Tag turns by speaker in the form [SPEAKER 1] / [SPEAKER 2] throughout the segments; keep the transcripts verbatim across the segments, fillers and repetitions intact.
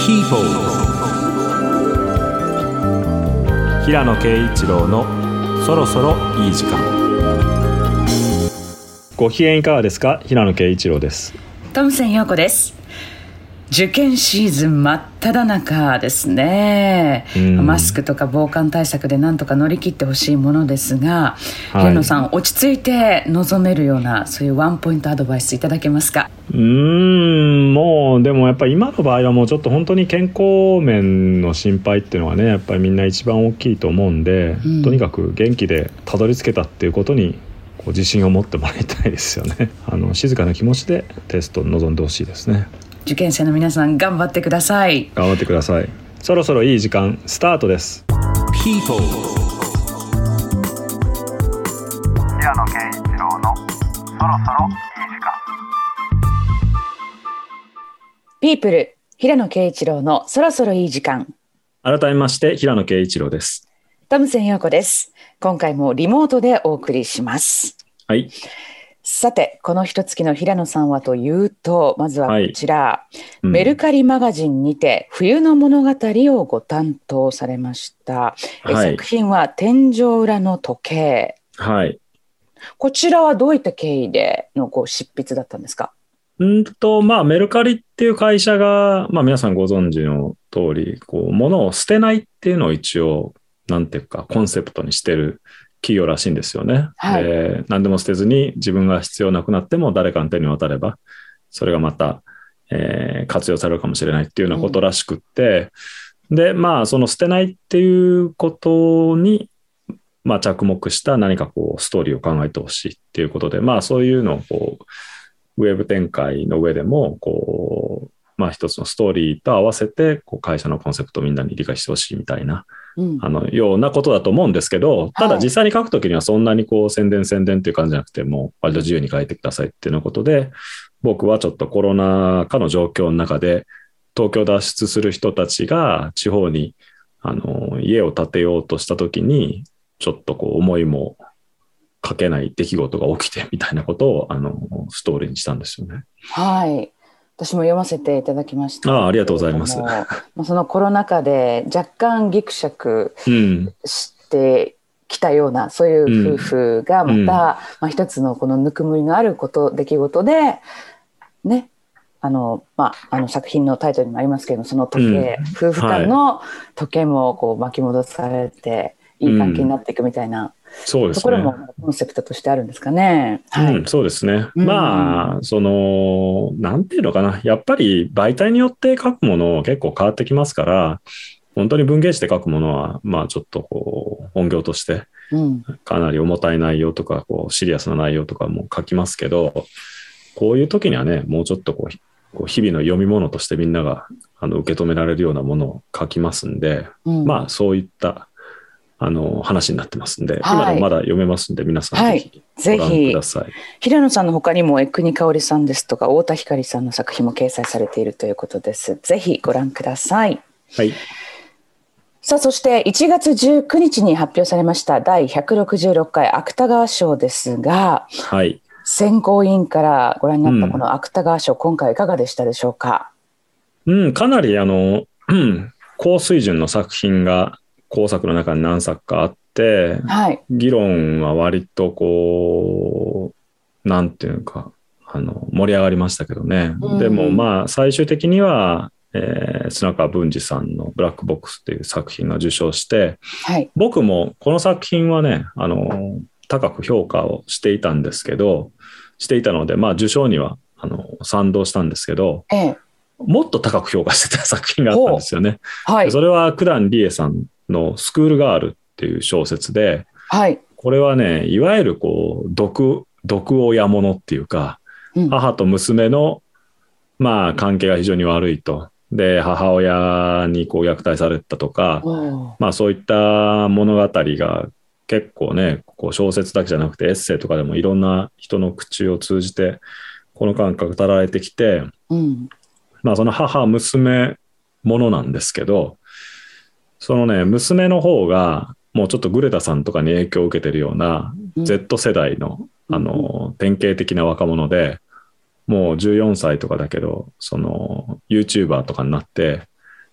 [SPEAKER 1] People 平野啓一郎のそろそろいい時間。ご機嫌いかがですか？平野啓一郎です。
[SPEAKER 2] トムセン陽子です。受験シーズン真っ只中ですね。マスクとか防寒対策でなんとか乗り切ってほしいものですが、はい、平野さん落ち着いて臨めるようなそういうワンポイントアドバイスいただけますか？
[SPEAKER 1] うーんもうでもやっぱり今の場合はもうちょっと本当に健康面の心配っていうのはねやっぱりみんな一番大きいと思うんで、うん、とにかく元気でたどり着けたっていうことにこう自信を持ってもらいたいですよね。あの静かな気持ちでテストに臨んでほしいですね。
[SPEAKER 2] 受験生の皆さん頑張ってください。
[SPEAKER 1] 頑張ってください。そろそろいい時間スタートです。 People
[SPEAKER 3] 平野啓一郎のそろそろいい時間。
[SPEAKER 2] People 平野啓一郎のそろそろいい時間。
[SPEAKER 1] 改めまして平野啓一郎です。
[SPEAKER 2] トムセン陽子です。今回もリモートでお送りします。
[SPEAKER 1] はい。
[SPEAKER 2] さてこの一月の平野さんはというと、まずはこちら、はいうん、メルカリマガジンにて冬の物語をご担当されました、はい、作品は天井裏の時計、
[SPEAKER 1] はい、
[SPEAKER 2] こちらはどういった経緯でのこう執筆だったんですか？
[SPEAKER 1] うんとまあ、メルカリっていう会社が、まあ、皆さんご存知の通りこう物を捨てないっていうのを一応なんていうかコンセプトにしてる企業らしいんですよね、はい、で何でも捨てずに自分が必要なくなっても誰かの手に渡ればそれがまた、えー、活用されるかもしれないっていうようなことらしくって、うん、でまあその捨てないっていうことに、まあ、着目した何かこうストーリーを考えてほしいっていうことで、まあそういうのをこうウェブ展開の上でもこうまあ一つのストーリーと合わせてこう会社のコンセプトをみんなに理解してほしいみたいなうん、あのようなことだと思うんですけど、ただ実際に書くときにはそんなにこう宣伝宣伝っていう感じじゃなくてもう割と自由に書いてくださいっていうようなことで、僕はちょっとコロナ禍の状況の中で東京脱出する人たちが地方にあの家を建てようとしたときにちょっとこう思いもかけない出来事が起きてみたいなことをあのストーリーにしたんですよね。
[SPEAKER 2] はい、私も読ませていただきました。
[SPEAKER 1] ああ、ありがとうございます。
[SPEAKER 2] そのコロナ禍で若干ギクシャクしてきたような、うん、そういう夫婦がまた、うんまあ、一つのこのぬくもりのあること出来事でね、あの、まあ、あの作品のタイトルにもありますけどその時計、うん、夫婦間の時計もこう巻き戻されて、はい、いい関係になっていくみたいな、うんそうですね、ところもコンセプトとしてあるんですかね。はい
[SPEAKER 1] うん、そうですね、うん、まあそのなんていうのかな、やっぱり媒体によって書くもの結構変わってきますから、本当に文芸誌で書くものはまあちょっとこう本業としてかなり重たい内容とかこうシリアスな内容とかも書きますけど、こういう時にはねもうちょっとこうこう日々の読み物としてみんながあの受け止められるようなものを書きますんで、うん、まあそういったあの話になってますんで、はい、今でもまだ読めますんで皆さんぜひご覧ください。はい、
[SPEAKER 2] 平野さんの他にも江国香織さんですとか太田光さんの作品も掲載されているということです。ぜひご覧ください。
[SPEAKER 1] はい。
[SPEAKER 2] さあそしていちがつじゅうくにちに発表されましただいひゃくろくじゅうろっかい芥川賞ですが、
[SPEAKER 1] はい、
[SPEAKER 2] 選考委員からご覧になったこの芥川賞、うん、今回いかがでしたでしょうか？
[SPEAKER 1] うん、かなりあの、うん、高水準の作品が工作の中に何作かあって、はい、議論は割とこうなんていうかあの盛り上がりましたけどね、うん、でもまあ最終的には、えー、砂川文治さんのブラックボックスという作品が受賞して、はい、僕もこの作品はねあの高く評価をしていたんですけどしていたので、まあ、受賞にはあの賛同したんですけど、ええ、もっと高く評価してた作品があったんですよね、はい、それは九段理恵さんのスクールガールっていう小説で、はい、これはねいわゆるこう毒、毒親物っていうか、うん、母と娘の、まあ、関係が非常に悪いと、で母親にこう虐待されたとか、まあ、そういった物語が結構ねこう小説だけじゃなくてエッセイとかでもいろんな人の口を通じてこの感覚語られてきて、うんまあ、その母娘ものなんですけど、そのね娘の方がもうちょっとグレタさんとかに影響を受けてるような Z 世代の、うん、あの典型的な若者でもうじゅうよんさいとかだけどその YouTuber とかになって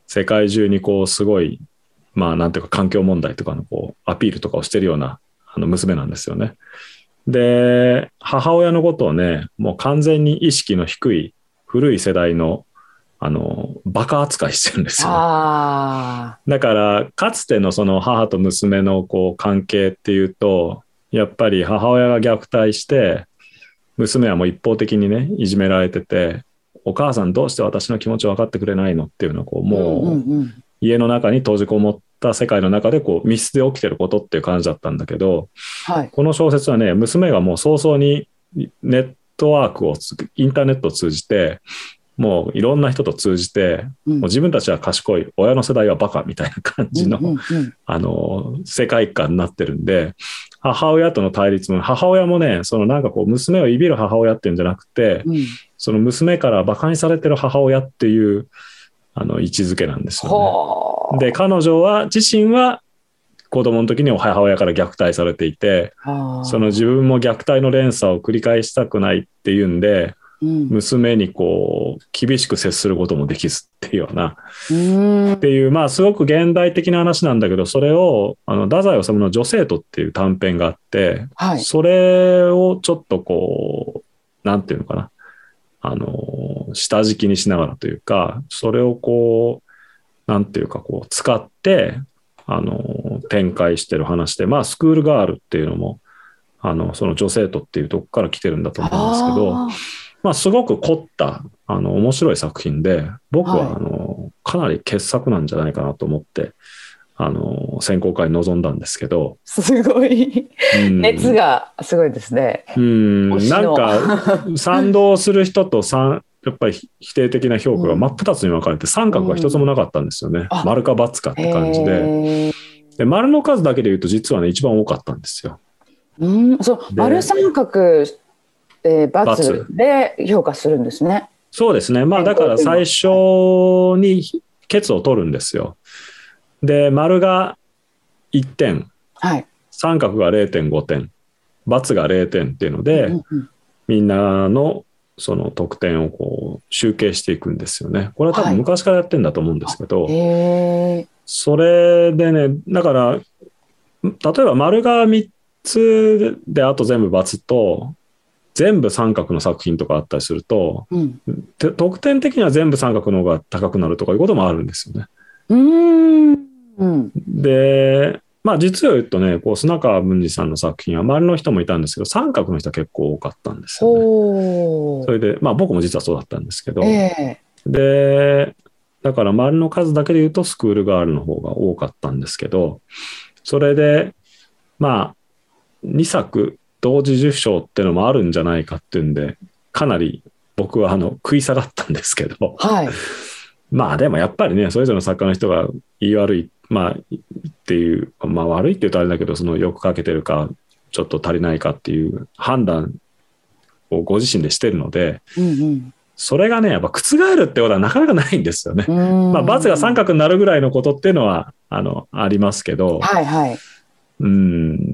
[SPEAKER 1] 世界中にこうすごい、まあなんていうか環境問題とかのこうアピールとかをしてるようなあの娘なんですよね。で、母親のことをね、もう完全に意識の低い古い世代のあのバカ扱いしてるんですよ。あ、だからかつてのその母と娘のこう関係っていうと、やっぱり母親が虐待して娘はもう一方的にねいじめられてて、お母さんどうして私の気持ち分かってくれないのっていうのをこうもう家の中に閉じこもった世界の中でこう密室で起きてることっていう感じだったんだけど、はい、この小説はね、娘がもう早々にネットワークをインターネットを通じてもういろんな人と通じて、うん、もう自分たちは賢い、親の世代はバカみたいな感じの、うんうんうん、あの世界観になってるんで、母親との対立も、母親もね、そのなんかこう娘をいびる母親っていうんじゃなくて、うん、その娘からバカにされてる母親っていうあの位置づけなんですよね。で、彼女は自身は子供の時に母親から虐待されていて、その自分も虐待の連鎖を繰り返したくないっていうんで、うん、娘にこう厳しく接することもできずっていうようなっていう、まあすごく現代的な話なんだけど、それをあの太宰治の女生徒っていう短編があって、はい、それをちょっとこうなんていうのかな、あの下敷きにしながらというか、それをこうなんていうかこう使ってあの展開してる話で、まあスクールガールっていうのもあのその女生徒っていうとこから来てるんだと思うんですけど、まあ、すごく凝ったあの面白い作品で、僕はあの、はい、かなり傑作なんじゃないかなと思ってあの選考会に臨んだんですけど、
[SPEAKER 2] すごい、うん、熱がすごいですね。
[SPEAKER 1] うん、なんか賛同する人とやっぱり否定的な評価が真っ二つに分かれて、三角が一つもなかったんですよね、うん、丸か×かって感じで、で丸の数だけでいうと実はね一番多かったんですよ。
[SPEAKER 2] うん、そう丸三角えー、×で評価するんですね。
[SPEAKER 1] そうですね。まあだから最初にケツを取るんですよ。で、丸がいってん、はい、三角が れいてんごてん、×がれいてんっていうので、うんうん、みんなのその得点をこう集計していくんですよね。これは多分昔からやってるんだと思うんですけど、はい、へそれでね、だから例えば丸がみっつであと全部×と全部三角の作品とかあったりすると、うん、得点的には全部三角の方が高くなるとかいうこともあるんですよね。うーん、で、まあ実を言うとね、こう砂川文治さんの作品は丸の人もいたんですけど、三角の人は結構多かったんですよね。それで、まあ僕も実はそうだったんですけど、えー、で、だから丸の数だけで言うとスクールガールの方が多かったんですけど、それで、まあにさく同時受賞っていうのもあるんじゃないかっていうんで、かなり僕はあの食い下がったんですけど、はい、まあでもやっぱりね、それぞれの作家の人が言い悪い、まあっていう、まあ悪いって言うとあれだけど、そのよく書けてるかちょっと足りないかっていう判断をご自身でしてるので、うんうん、それがねやっぱ覆るってことはなかなかないんですよね。まあ×が三角になるぐらいのことっていうのはあのありますけど、はいはい、うん、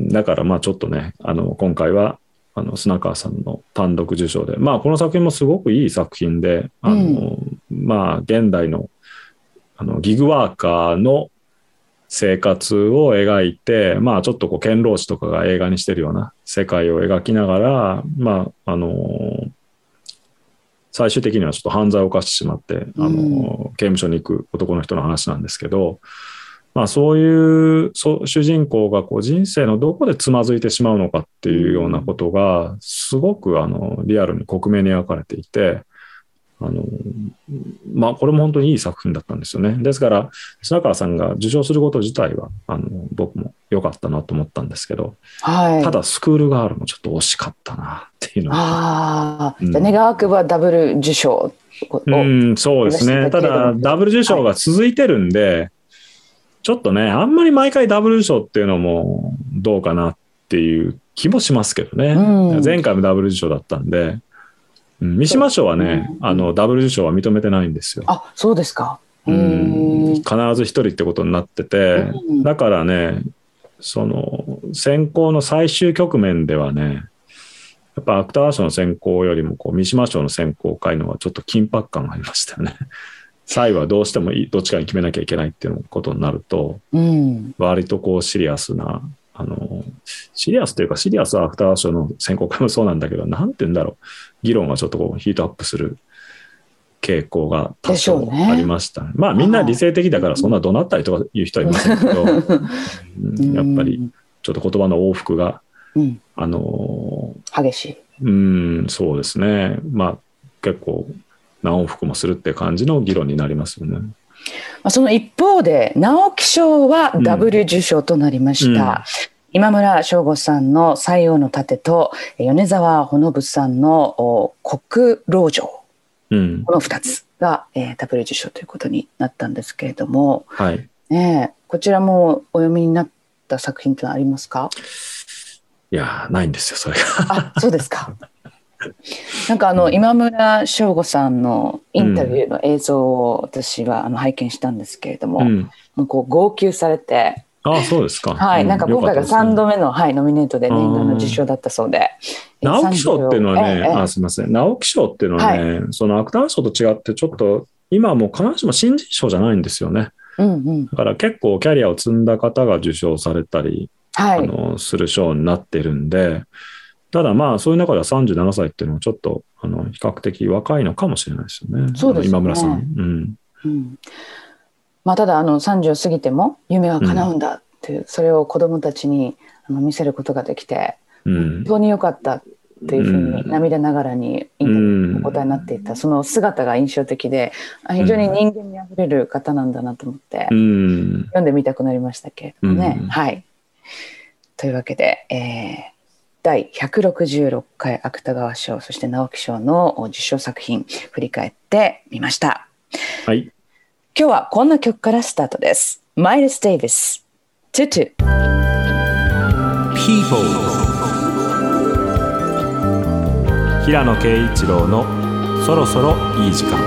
[SPEAKER 1] だからまあちょっとね、あの今回はあの砂川さんの単独受賞で、まあこの作品もすごくいい作品で、あの、うん、まあ現代のあのギグワーカーの生活を描いて、まあちょっとこう堅牢地とかが映画にしてるような世界を描きながら、まああの最終的にはちょっと犯罪を犯してしまって、あの、うん、刑務所に行く男の人の話なんですけど。まあ、そういうそ主人公がこう人生のどこでつまずいてしまうのかっていうようなことがすごくあのリアルに克明に描かれていて、あの、まあ、これも本当にいい作品だったんですよね。ですから砂川さんが受賞すること自体はあの僕も良かったなと思ったんですけど、はい、ただスクールガールもちょっと惜しかったなっていうのは。あ、うん、じゃあ願わくばダブル受賞、うん、そうですね。ただダブル受賞が続いてるんで、はい、ちょっとね、あんまり毎回ダブル受賞っていうのもどうかなっていう気もしますけどね。うん、前回もダブル受賞だったんで、うん、三島賞はね、うん、あのダブル受賞は認めてないんですよ。
[SPEAKER 2] あ、そうですか。
[SPEAKER 1] うん、必ず一人ってことになってて、うん、だからね、その選考の最終局面ではね、やっぱ芥川賞の選考よりもこう三島賞の選考会のはちょっと緊迫感がありましたよね。 際はどうしてもどっちかに決めなきゃいけないっていうことになると、うん、割とこうシリアスな、あのシリアスというかシリアスアフターショーの選考会もそうなんだけど、なんて言うんだろう、議論がちょっとこうヒートアップする傾向が多少ありました、ね、まあみんな理性的だからそんな怒鳴ったりとかいう人はいませんけど、うん、やっぱりちょっと言葉の往復が、うん、あの
[SPEAKER 2] 激しい、
[SPEAKER 1] うん、そうですね、まあ結構何往復もするって感じの議論になりますよね。
[SPEAKER 2] その一方で直木賞はダブル受賞となりました、うんうん、今村翔吾さんの西洋の盾と米沢ほのぶさんの国老城、うん、このふたつが、えー、ダブル受賞ということになったんですけれども、はいね、こちらもお読みになった作品というのはありますか？
[SPEAKER 1] いやないんですよそれ
[SPEAKER 2] が。あ、そうですか。なんかあの今村翔吾さんのインタビューの映像を私はあの拝見したんですけれども、うん、もうこう号泣されて、
[SPEAKER 1] あ、そうですか、
[SPEAKER 2] はい、なんか今回がさんどめの、はい、ノミネートで念願の受賞だったそうで、
[SPEAKER 1] 直木賞っていうのはね、あ、すみません、直木賞っていうのはね、はい、その芥川賞と違ってちょっと今はもう必ずしも新人賞じゃないんですよね、うんうん、だから結構キャリアを積んだ方が受賞されたり、はい、あのする賞になってるんで、ただまあそういう中ではさんじゅうななさいっていうのはちょっとあの比較的若いのかもしれないですよね。
[SPEAKER 2] そうですね、
[SPEAKER 1] 今村さん、うんうん、
[SPEAKER 2] まあ、ただあのさんじゅうを過ぎても夢は叶うんだっていう、うん、それを子どもたちにあの見せることができて、うん、本当に良かったっていうふうに涙ながらにインタビューにお答えになっていた、うん、その姿が印象的で、非常に人間味あふれる方なんだなと思って、うん、読んでみたくなりましたけれどもね、うん、はい。というわけで、えーだいひゃくろくじゅうろっかい芥川賞、そして直木賞の受賞作品振り返ってみました、はい、今日はこんな曲からスタートです。マイルス・デイビス、トゥトゥ。
[SPEAKER 1] People、 平野啓一郎のそろそろいい時間。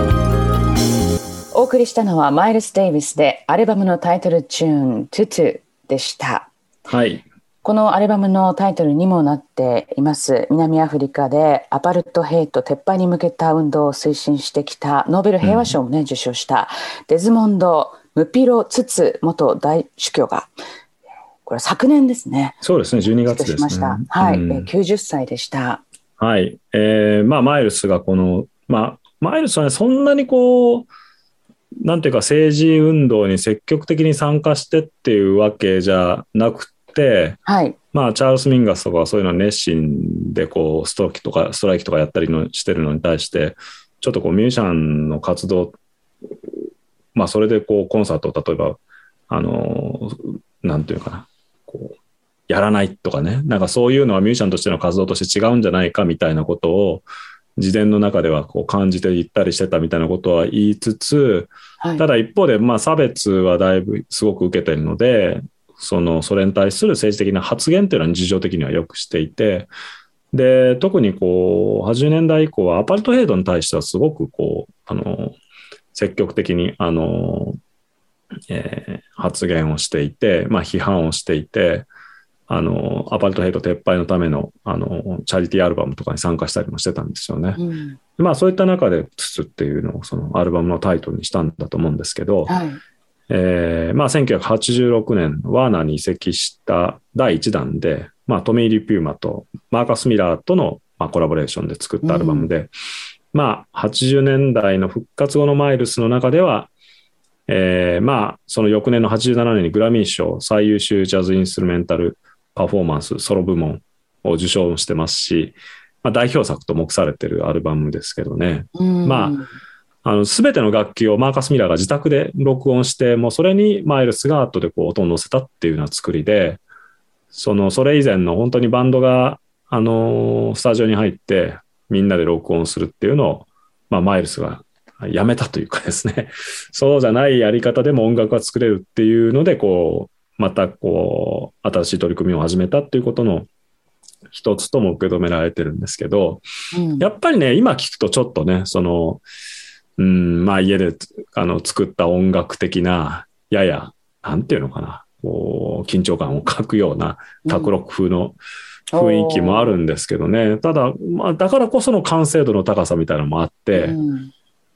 [SPEAKER 2] お送りしたのはマイルス・デイビスでアルバムのタイトルチューントゥトゥでした。
[SPEAKER 1] はい、
[SPEAKER 2] このアルバムのタイトルにもなっています南アフリカでアパルトヘイト撤廃に向けた運動を推進してきたノーベル平和賞もね、うん、受賞したデズモンド・ムピロ・ツツ元大主教が、これは昨年ですね。
[SPEAKER 1] そうですね、じゅうにがつですね。
[SPEAKER 2] はい、うん、きゅうじゅっさいでした。
[SPEAKER 1] はい、えーまあ、マイルスがこの、まあ、マイルスは、ね、そんなにこうなんていうか政治運動に積極的に参加してっていうわけじゃなくて、はい、まあ、チャールズ・ミンガスとかそういうのは熱心でこうストライキとかストライキとかやったりのしてるのに対してちょっとこうミュージシャンの活動、まあ、それでこうコンサートを例えばあのなんていうかなこうやらないとかね、なんかそういうのはミュージシャンとしての活動として違うんじゃないかみたいなことを自伝の中ではこう感じていったりしてたみたいなことは言いつつ、はい、ただ一方でまあ差別はだいぶすごく受けているので、そのそれに対する政治的な発言というのは日常的にはよくしていて、で特にこうはちじゅうねんだい以降はアパルトヘイトに対してはすごくこうあの積極的にあの、えー、発言をしていて、まあ、批判をしていて、あのアパルトヘイト撤廃のため の, あのチャリティーアルバムとかに参加したりもしてたんですよね、うん、まあ、そういった中でツツっていうのをそのアルバムのタイトルにしたんだと思うんですけど、はい、えーまあ、せんきゅうひゃくはちじゅうろくねんワーナーに移籍しただいいちだんで、まあ、トミー・リ・ピューマとマーカス・ミラーとの、まあ、コラボレーションで作ったアルバムで、うん、まあ、はちじゅうねんだいの復活後のマイルスの中では、えーまあ、その翌年のはちじゅうななねんにグラミー賞最優秀ジャズインストゥルメンタルパフォーマンスソロ部門を受賞してますし、まあ、代表作と目されてるアルバムですけどね、うん、まあ、あの全ての楽器をマーカス・ミラーが自宅で録音して、もうそれにマイルスが後でこう音を乗せたっていうような作りで、そのそれ以前の本当にバンドが、あのー、スタジオに入ってみんなで録音するっていうのを、まあ、マイルスがやめたというかですね、そうじゃないやり方でも音楽が作れるっていうので、こうまたこう新しい取り組みを始めたっていうことの一つとも受け止められてるんですけど、うん、やっぱりね今聞くとちょっとねそのうんまあ家であの作った音楽的なややなんていうのかなこう緊張感を欠くような卓録風の雰囲気もあるんですけどね、うん、ただ、まあ、だからこその完成度の高さみたいなのもあって、うん、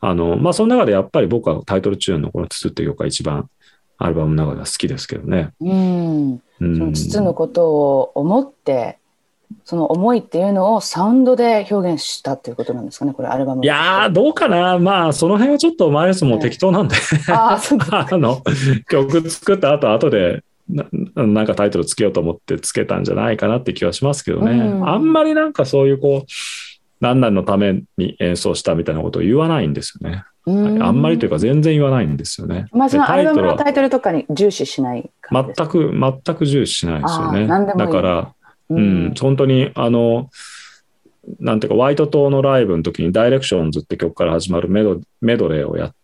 [SPEAKER 1] あの、まあ、その中でやっぱり僕はタイトルチューンのこの筒っていう曲が一番アルバムの中では好きですけどね。
[SPEAKER 2] うん。うん、その筒のことを思って、その思いっていうのをサウンドで表現したっていうことなんですかね、これアルバム。
[SPEAKER 1] いやー、どうかな。まあ、その辺はちょっとマイルスも適当なんで、えー、あそうあの曲作った後、後でな、なんかタイトルつけようと思ってつけたんじゃないかなって気はしますけどね。うん、あんまりなんかそういうこう、何々のために演奏したみたいなことを言わないんですよね。うん、あんまりというか全然言わないんですよね。
[SPEAKER 2] まあ、そのアルバムのタイトルとかに重視しない
[SPEAKER 1] 感じですか？全く、全く重視しないですよね。何でもいい。だから、うん、うん、本当に、あの、なんていうか、ホワイト島のライブの時にダイレクションズって曲から始まるメド、メドレーをやって、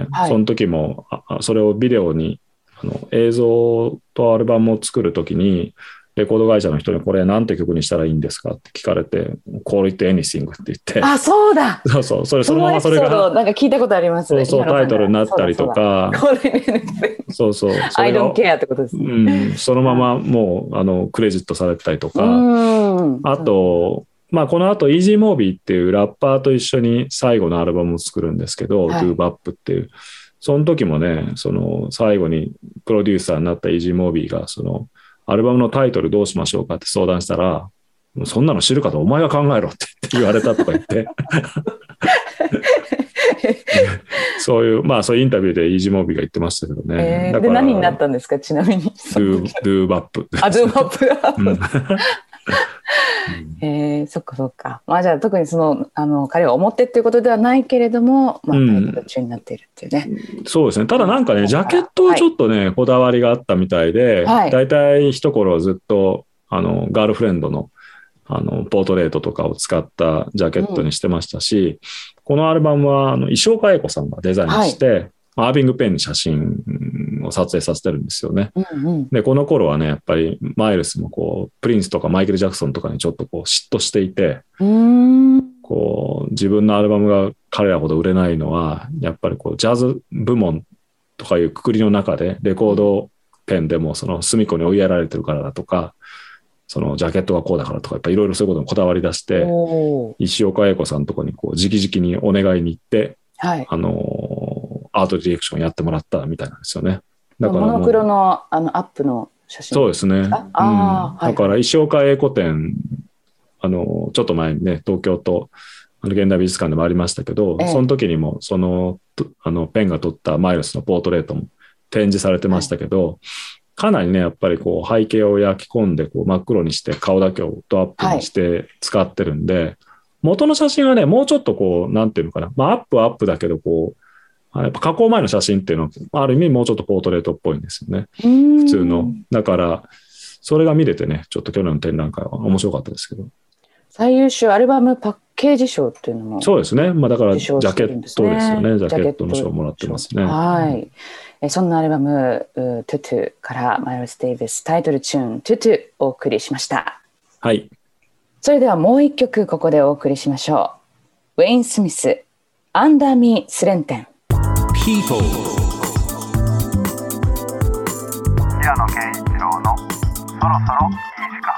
[SPEAKER 1] はい、その時も、それをビデオに、あの映像とアルバムを作る時に、レコード会社の人にこれなんて曲にしたらいいんですかって聞かれて、Call it anything って言って。
[SPEAKER 2] あ、そうだ。
[SPEAKER 1] そうそう、それそのままそれが。
[SPEAKER 2] なんか聞いたことありますね。
[SPEAKER 1] そうそう、タイトルになったりとか。そうそう。
[SPEAKER 2] I don't care ってことですね。
[SPEAKER 1] うん、そのままもう、あの、クレジットされてたりとか。あと、まあ、この後、イージーモービーっていうラッパーと一緒に最後のアルバムを作るんですけど、はい、ドゥーバップっていう。その時もね、その最後にプロデューサーになったイージーモービーが、その、アルバムのタイトルどうしましょうかって相談したら、そんなの知るかとお前が考えろって言われたとか言ってそういうまあそういうインタビューでイージーモービーが言ってましたけどね、
[SPEAKER 2] えー、だからで何になったんですかちなみに。ド
[SPEAKER 1] ゥーバップ。
[SPEAKER 2] あ、ドゥーバップえー、そっかそっか。まあじゃあ特にそのあの彼は表っていうことではないけれども、まあ、タイトル中になっているっていうね、
[SPEAKER 1] うん、そうですね。ただなんかねジャケットはちょっとね、はい、こだわりがあったみたいで、はい、だいたい一頃ずっとあのガールフレンドのあのポートレートとかを使ったジャケットにしてましたし、うん、このアルバムはあの石岡英子さんがデザインして、はい、アービングペンに写真を撮影させてるんですよね、うんうん、でこの頃はねやっぱりマイルスもこうプリンスとかマイケル・ジャクソンとかにちょっとこう嫉妬していて、うーんこう自分のアルバムが彼らほど売れないのはやっぱりこうジャズ部門とかいうくくりの中でレコードペンでもその隅っこに追いやられてるからだとかそのジャケットがこうだからとかやっぱいろいろそういうことにこだわり出して石岡英子さんのとこにこう直々にお願いに行って、はい、あのアートディレクションやってもらったみたいなんですよね。だから
[SPEAKER 2] モノクロのあのアップの写真。
[SPEAKER 1] そうですね。あ、うん、だから石岡英子展あのちょっと前にね東京とあの現代美術館でもありましたけど、ええ、その時にもそのあのペンが撮ったマイルスのポートレートも展示されてましたけど、はい、かなりねやっぱりこう背景を焼き込んでこう真っ黒にして顔だけをドアップにして使ってるんで、はい、元の写真はねもうちょっとこうなんていうのかな、まあ、アップはアップだけどこうやっぱ加工前の写真っていうのはある意味もうちょっとポートレートっぽいんですよね普通の。だからそれが見れてねちょっと去年の展覧会は面白かったですけど、
[SPEAKER 2] 最優秀アルバムパッケージ賞っていうのも
[SPEAKER 1] そうですね、まあ、だからジャケットですよね。ジャケットの賞をもらってますね。
[SPEAKER 2] はい、えそんなアルバム「トゥトゥ」からマイルス・デイビスタイトルチューン「トゥトゥ」お送りしました。
[SPEAKER 1] はい、
[SPEAKER 2] それではもう一曲ここでお送りしましょう。ウェイン・スミス「アンダー・ミー・スレンテン」。
[SPEAKER 3] People 平野啓一郎のそろそろいい時間。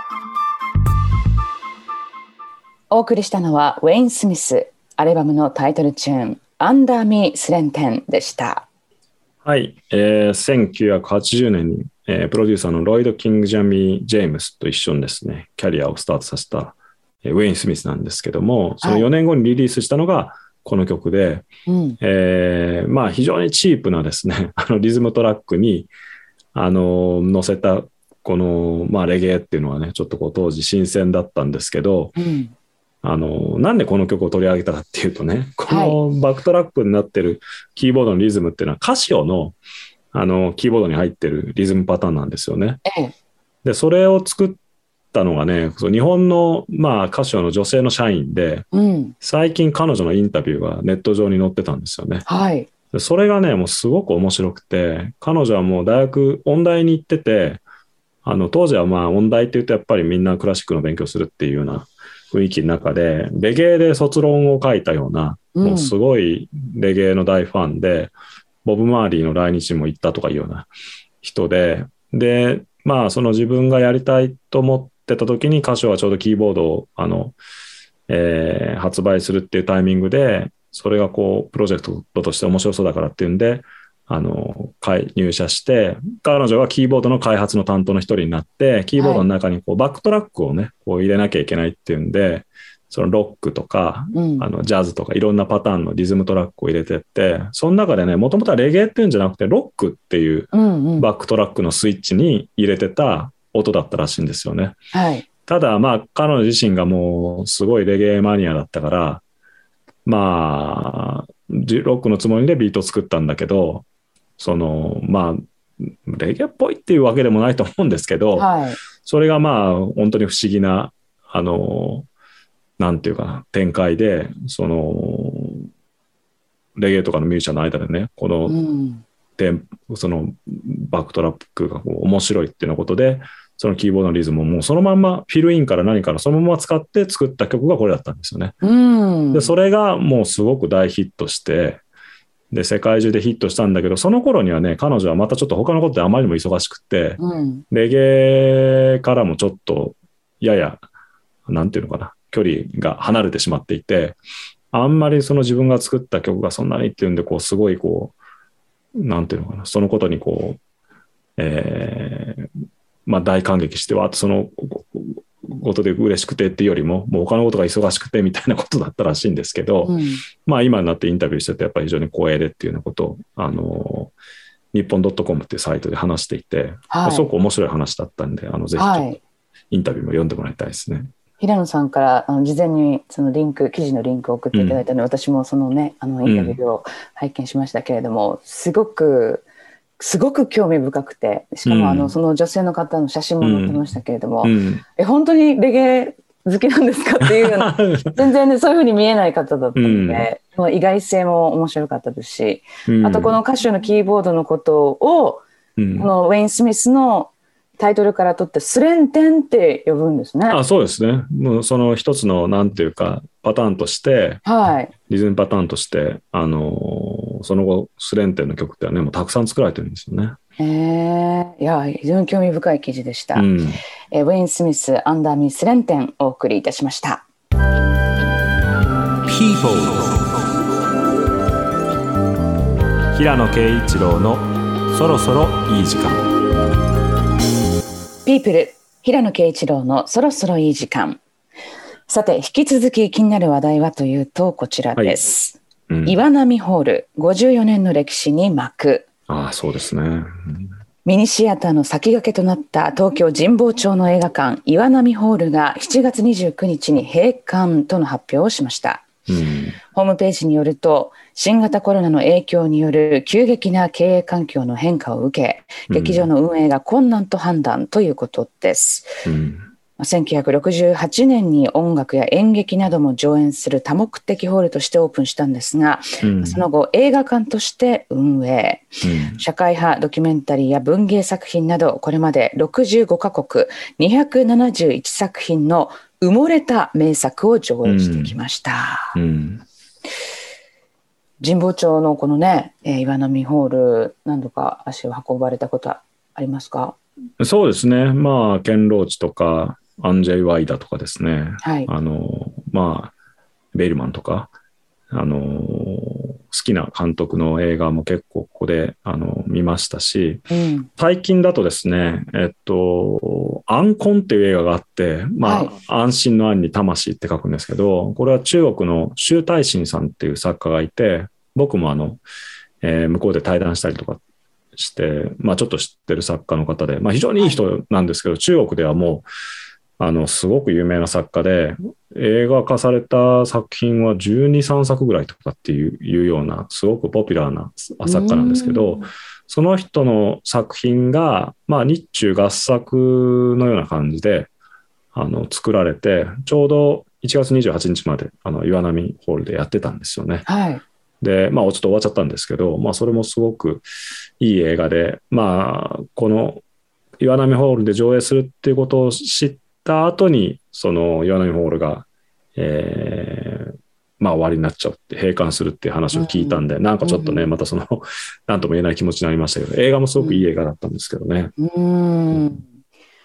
[SPEAKER 2] お送りしたのはウェイン・スミスアルバムのタイトルチューン「アンダー・ミー・スレンテン」でした。
[SPEAKER 1] はい、えー、せんきゅうひゃくはちじゅうねんに、えー、プロデューサーのロイド・キング・ジャミー・ジェームスと一緒にですねキャリアをスタートさせた、えー、ウェイン・スミスなんですけども、そのよねんごにリリースしたのがこの曲で、はいうんえーまあ、非常にチープなですねあのリズムトラックにあの乗せたこの、まあ、レゲエっていうのはねちょっとこう当時新鮮だったんですけど、うんあのなんでこの曲を取り上げたかっていうとね、このバックトラックになってるキーボードのリズムっていうのはカシオのあのキーボードに入ってるリズムパターンなんですよね。でそれを作ったのがね日本の、まあ、カシオの女性の社員で、うん、最近彼女のインタビューがネット上に載ってたんですよね。はい、でそれがねもうすごく面白くて、彼女はもう大学音大に行ってて、あの当時はまあ音大っていうとやっぱりみんなクラシックの勉強するっていうような雰囲気の中でレゲエで卒論を書いたような、うん、もうすごいレゲエの大ファンでボブ・マーリーの来日も行ったとかいうような人で、でまあその自分がやりたいと思ってた時にカシオはちょうどキーボードをあの、えー、発売するっていうタイミングでそれがこうプロジェクトとして面白そうだからっていうんで、あの入社して、彼女はキーボードの開発の担当の一人になって、キーボードの中にこうバックトラックをねこう入れなきゃいけないっていうんで、そのロックとか、うん、あのジャズとかいろんなパターンのリズムトラックを入れてって、その中でね、もともとはレゲエっていうんじゃなくてロックっていうバックトラックのスイッチに入れてた音だったらしいんですよね。
[SPEAKER 2] はい、
[SPEAKER 1] ただまあ彼女自身がもうすごいレゲエマニアだったから、まあロックのつもりでビートを作ったんだけど、そのまあレゲエっぽいっていうわけでもないと思うんですけど、
[SPEAKER 2] はい、
[SPEAKER 1] それがまあ本当に不思議なあのなんていうかな展開で、そのレゲエとかのミュージシャンの間でね、この、うん、そのバックトラックがこう面白いっていうのことで、そのキーボードのリズムをもうそのまんまフィルインから何からそのまま使って作った曲がこれだったんですよね。
[SPEAKER 2] うん、
[SPEAKER 1] でそれがもうすごく大ヒットして、で世界中でヒットしたんだけど、その頃にはね彼女はまたちょっと他のことであまりにも忙しくて、
[SPEAKER 2] うん、
[SPEAKER 1] レゲエからもちょっとややなんていうのかな、距離が離れてしまっていて、あんまりその自分が作った曲がそんなにっていうんで、こうすごいこうなんていうのかな、そのことにこう、えー、まあ大感激してはそのことで嬉しくてっていうよりも、もう他のことが忙しくてみたいなことだったらしいんですけど、
[SPEAKER 2] うん、
[SPEAKER 1] まあ今になってインタビューしててやっぱり非常に光栄でっていうようなことをあの日本 .com っていうサイトで話していて、はい、すごく面白い話だったんで、あのぜひちょっとインタビューも読んでもらいたいですね。はい、
[SPEAKER 2] 平野さんからあの事前にそのリンク記事のリンクを送っていただいたので、うん、私もそのねあのインタビューを拝見しましたけれども、うん、すごくすごく興味深くて、しかもあの、うん、その女性の方の写真も載ってましたけれども、うん、え本当にレゲエ好きなんですかっていうような全然、ね、そういうふうに見えない方だったので、うん、意外性も面白かったですし、うん、あとこの歌手のキーボードのことを、うん、このウェイン・スミスのタイトルから取ってスレンテンって呼ぶんですね。
[SPEAKER 1] あ、そうですね。もうその一つのなんていうかパターンとして、
[SPEAKER 2] はい、
[SPEAKER 1] リズムパターンとしてあのその後スレンテンの曲ってはねもうたくさん作られてるんですよね。
[SPEAKER 2] へえ、いや非常に興味深い記事でした。うん、えウェイン・スミスアンダーミースレンテンお送りいたしました。
[SPEAKER 1] People 平野啓一郎のそろそろいい時間。
[SPEAKER 2] ピープル平野啓一郎のそろそろいい時間。さて引き続き気になる話題はというとこちらです、はい、うん、岩波ホールごじゅうよねんの歴史に幕。
[SPEAKER 1] ああそうですね、うん、
[SPEAKER 2] ミニシアターの先駆けとなった東京神保町の映画館岩波ホールがしちがつにじゅうくにちに閉館との発表をしました、
[SPEAKER 1] うん、
[SPEAKER 2] ホームページによると新型コロナの影響による急激な経営環境の変化を受け、劇場の運営が困難と判断ということです、
[SPEAKER 1] うん、
[SPEAKER 2] せんきゅうひゃくろくじゅうはちねんに音楽や演劇なども上演する多目的ホールとしてオープンしたんですが、うん、その後映画館として運営、うん、社会派ドキュメンタリーや文芸作品などこれまでろくじゅうごかこくにひゃくななじゅういちさく品の埋もれた名作を上映してきました、
[SPEAKER 1] うんうん、
[SPEAKER 2] 神保町のこのね、えー、岩波ホール何度か足を運ばれたことはありますか？
[SPEAKER 1] そうですね、まあケンローチとかアンジェイ・ワイダとかですね、
[SPEAKER 2] はい、
[SPEAKER 1] あのまあベイルマンとかあの好きな監督の映画も結構ここであの見ましたし、
[SPEAKER 2] うん、
[SPEAKER 1] 最近だとですね、えっとアンコンっていう映画があって、まあ、はい、安心の安に魂って書くんですけど、これは中国の周大信さんっていう作家がいて、僕もあの、えー、向こうで対談したりとかして、まあ、ちょっと知ってる作家の方で、まあ、非常にいい人なんですけど、はい、中国ではもうあのすごく有名な作家で、映画化された作品はじゅうに、さんさくぐらいとかっていう、いうようなすごくポピュラーな作家なんですけど、その人の作品が、まあ、日中合作のような感じであの作られて、ちょうどいちがつにじゅうはちにちまであの岩波ホールでやってたんですよね。
[SPEAKER 2] はい、
[SPEAKER 1] で、まあ、ちょっと終わっちゃったんですけど、まあ、それもすごくいい映画で、まあ、この岩波ホールで上映するっていうことを知った後に、その岩波ホールが、えー、まあ終わりになっちゃうって閉館するっていう話を聞いたんで、うん、なんかちょっとね、うん、またその何とも言えない気持ちになりましたけど、映画もすごくいい映画だったんですけどね。
[SPEAKER 2] うん、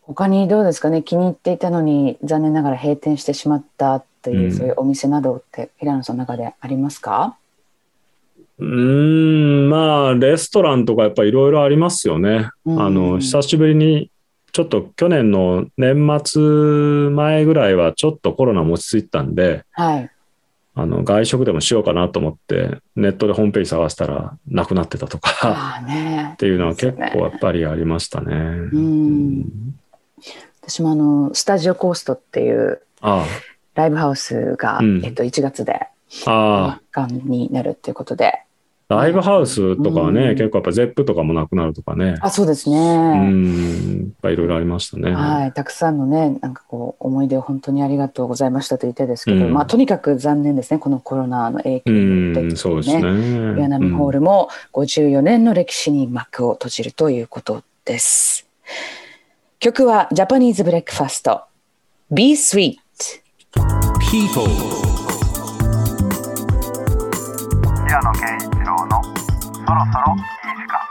[SPEAKER 2] 他にどうですかね、気に入っていたのに残念ながら閉店してしまったっていう、うん、そういうお店などって平野さんの中でありますか？
[SPEAKER 1] うーん、まあレストランとかやっぱいろいろありますよね。うん、あの久しぶりにちょっと去年の年末前ぐらいはちょっとコロナも落ち着いたんで、はい、あの外食でもしようかなと思ってネットでホームページ探したらなくなってたとか、ね、っていうのは結構やっぱりありましたね。うん、
[SPEAKER 2] 私もあのスタジオコーストっていうライブハウスが、うん、えっと、いちがつであになるっていうことで、
[SPEAKER 1] ライブハウスとかはね、うん、結構やっぱゼップとかもなくなるとかね。
[SPEAKER 2] あ、そうですね。
[SPEAKER 1] うん、やっぱいろいろありましたね。
[SPEAKER 2] はい、たくさんのね、なんかこう思い出を本当にありがとうございましたと言ってですけど、うん、まあとにかく残念ですね、このコロナの影響によって、ね、うん、そうですね。岩波ホールもごじゅうよねんの歴史に幕を閉じるということです。曲はジャパニーズブレックファスト Be Sweet People。
[SPEAKER 3] 平野啓一郎のそろそろいい時間。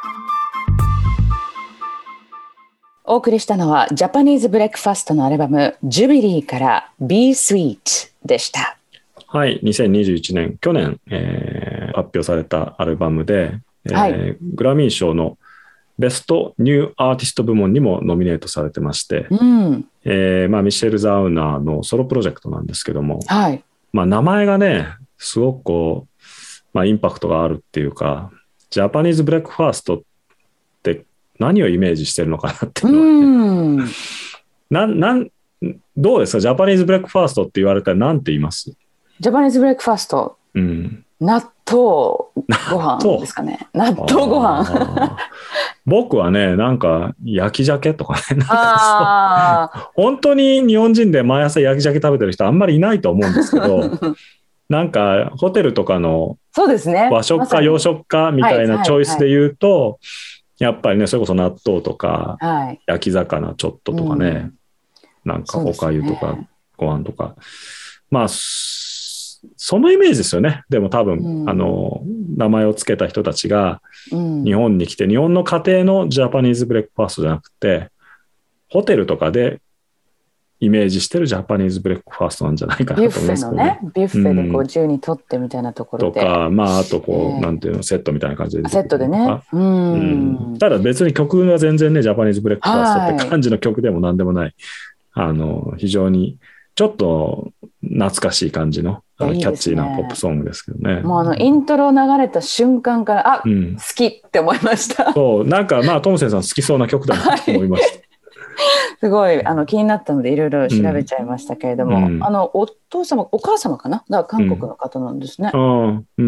[SPEAKER 2] お送りしたのはジャパニーズブレックファストのアルバムジュビリーから Be Sweet でした。
[SPEAKER 1] はい、にせんにじゅういちねん去年、えー、発表されたアルバムで、えーはい、グラミー賞のベストニューアーティスト部門にもノミネートされてまして、うんえーまあ、ミシェル・ザウナーのソロプロジェクトなんですけども、はいまあ、名前がねすごくこうまあ、インパクトがあるっていうか、ジャパニーズブレックファーストって何をイメージしてるのかなっていうのは、ね、うんなんなんどうですか、ジャパニーズブレックファーストって言われたら何て言います？
[SPEAKER 2] ジャパニーズブレックファースト、うん、納豆ご飯ですかね。納豆ご飯
[SPEAKER 1] 僕はね、なんか焼き鮭とかね、なんか本当に日本人で毎朝焼き鮭食べてる人あんまりいないと思うんですけどなんかホテルとかの和食か洋食かみたいなチョイスで言うと、やっぱりねそれこそ納豆とか焼き魚ちょっととかね、なんかおかゆとかご飯とか、まあそのイメージですよね。でも多分あの名前をつけた人たちが日本に来て、日本の家庭のジャパニーズブレックファーストじゃなくてホテルとかでイメージしてるジャパニーズブレックファーストなんじゃないかなと思いますけどね。
[SPEAKER 2] ビュッフェのね、ビュッフェでこう自由に取ってみたいなところで、
[SPEAKER 1] とか、まああとこう、えー、なんていうのセットみたいな感じで
[SPEAKER 2] セットでね、うん、
[SPEAKER 1] うん、ただ別に曲は全然ねジャパニーズブレックファーストって感じの曲でもなんでもない、はい、あの非常にちょっと懐かしい感じのあのキャッチーなポップソングですけどね。
[SPEAKER 2] もうあのイントロ流れた瞬間からあ、うん、好きって思いました。
[SPEAKER 1] そうなんかまあトムセンさん好きそうな曲だなと思いました。はい
[SPEAKER 2] すごいあの気になったのでいろいろ調べちゃいましたけれども、うん、あのお父様お母様かなが韓国の方なんですね。うん、うん、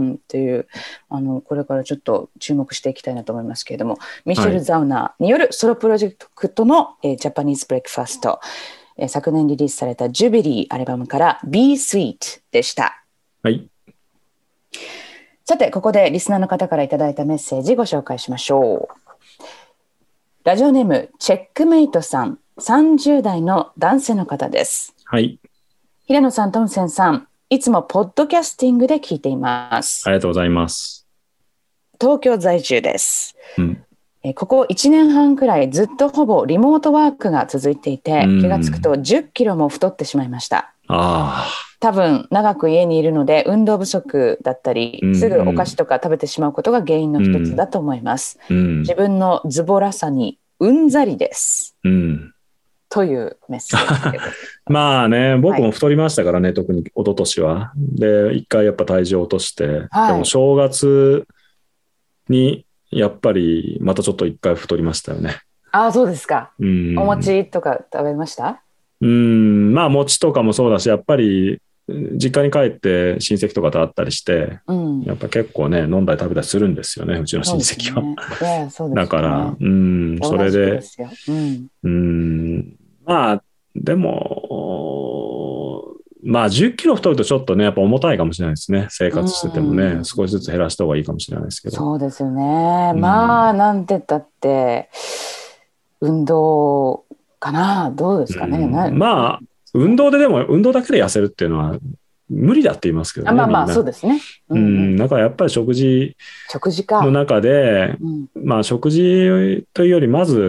[SPEAKER 2] っていうあのこれからちょっと注目していきたいなと思いますけれども、ミシェル・ザウナーによるソロプロジェクトの、えー、ジャパニーズブレックファスト、えー、昨年リリースされたジュビリーアルバムから Be Sweet でした。
[SPEAKER 1] はい。
[SPEAKER 2] さてここでリスナーの方からいただいたメッセージご紹介しましょう。ラジオネームチェックメイトさん、さんじゅう代の男性の方です。
[SPEAKER 1] はい。
[SPEAKER 2] 平野さん、トムセンさん、いつもポッドキャスティングで聞いています。
[SPEAKER 1] ありがとうございます。
[SPEAKER 2] 東京在住です、うん、えここいちねんはんくらいずっとほぼリモートワークが続いていて、気がつくとじゅっキロも太ってしまいました。
[SPEAKER 1] あ
[SPEAKER 2] 多分長く家にいるので運動不足だったり、うんうん、すぐお菓子とか食べてしまうことが原因の一つだと思います、うん、自分のズボラさにうんざりです、うん、というメッセージで
[SPEAKER 1] まあね僕も太りましたからね、はい、特に一昨年はで一回やっぱ体重を落として、はい、でも正月にやっぱりまたちょっと一回太りましたよね。
[SPEAKER 2] ああそうですか、うん、お餅とか食べました？
[SPEAKER 1] うんまあ餅とかもそうだし、やっぱり実家に帰って親戚とかと会ったりして、うん、やっぱ結構ね飲んだり食べたりするんですよね、うちの親戚は。ねね、だからうんそれで、うん、うんまあでもまあじゅっキロ太るとちょっとねやっぱ重たいかもしれないですね、生活しててもね、うん、少しずつ減らした方がいいかもしれないですけど。
[SPEAKER 2] そうですよね、うん、まあなんて言ったって運動かな、どうですかね、うん、
[SPEAKER 1] まあ運動ででも運動だけで痩せるっていうのは無理だって言いますけどね。
[SPEAKER 2] あまあまあそうですね。
[SPEAKER 1] うん、うん、だからやっぱり食事の中で、うん、まあ食事というよりまず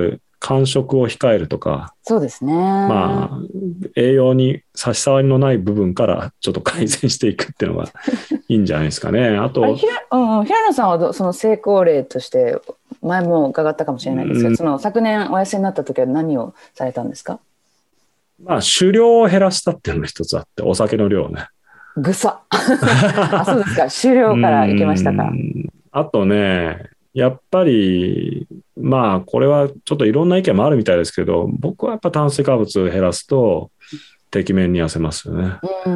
[SPEAKER 1] 間食を控えるとか、
[SPEAKER 2] そうですね。
[SPEAKER 1] まあ、栄養に差し障りのない部分からちょっと改善していくっていうのがいいんじゃないですかね。あと、
[SPEAKER 2] あひら、うん、平野さんはどその成功例として前も伺ったかもしれないですけど、うん、その昨年お痩せになった時は何をされたんですか？
[SPEAKER 1] まあ、酒量を減らしたっていうのが一つあって、お酒の量ね。
[SPEAKER 2] ぐさあ、そうですか。酒量からいきましたか？
[SPEAKER 1] あとね、やっぱりまあこれはちょっといろんな意見もあるみたいですけど、僕はやっぱ炭水化物を減らすとてきめんに痩せますよね。うん、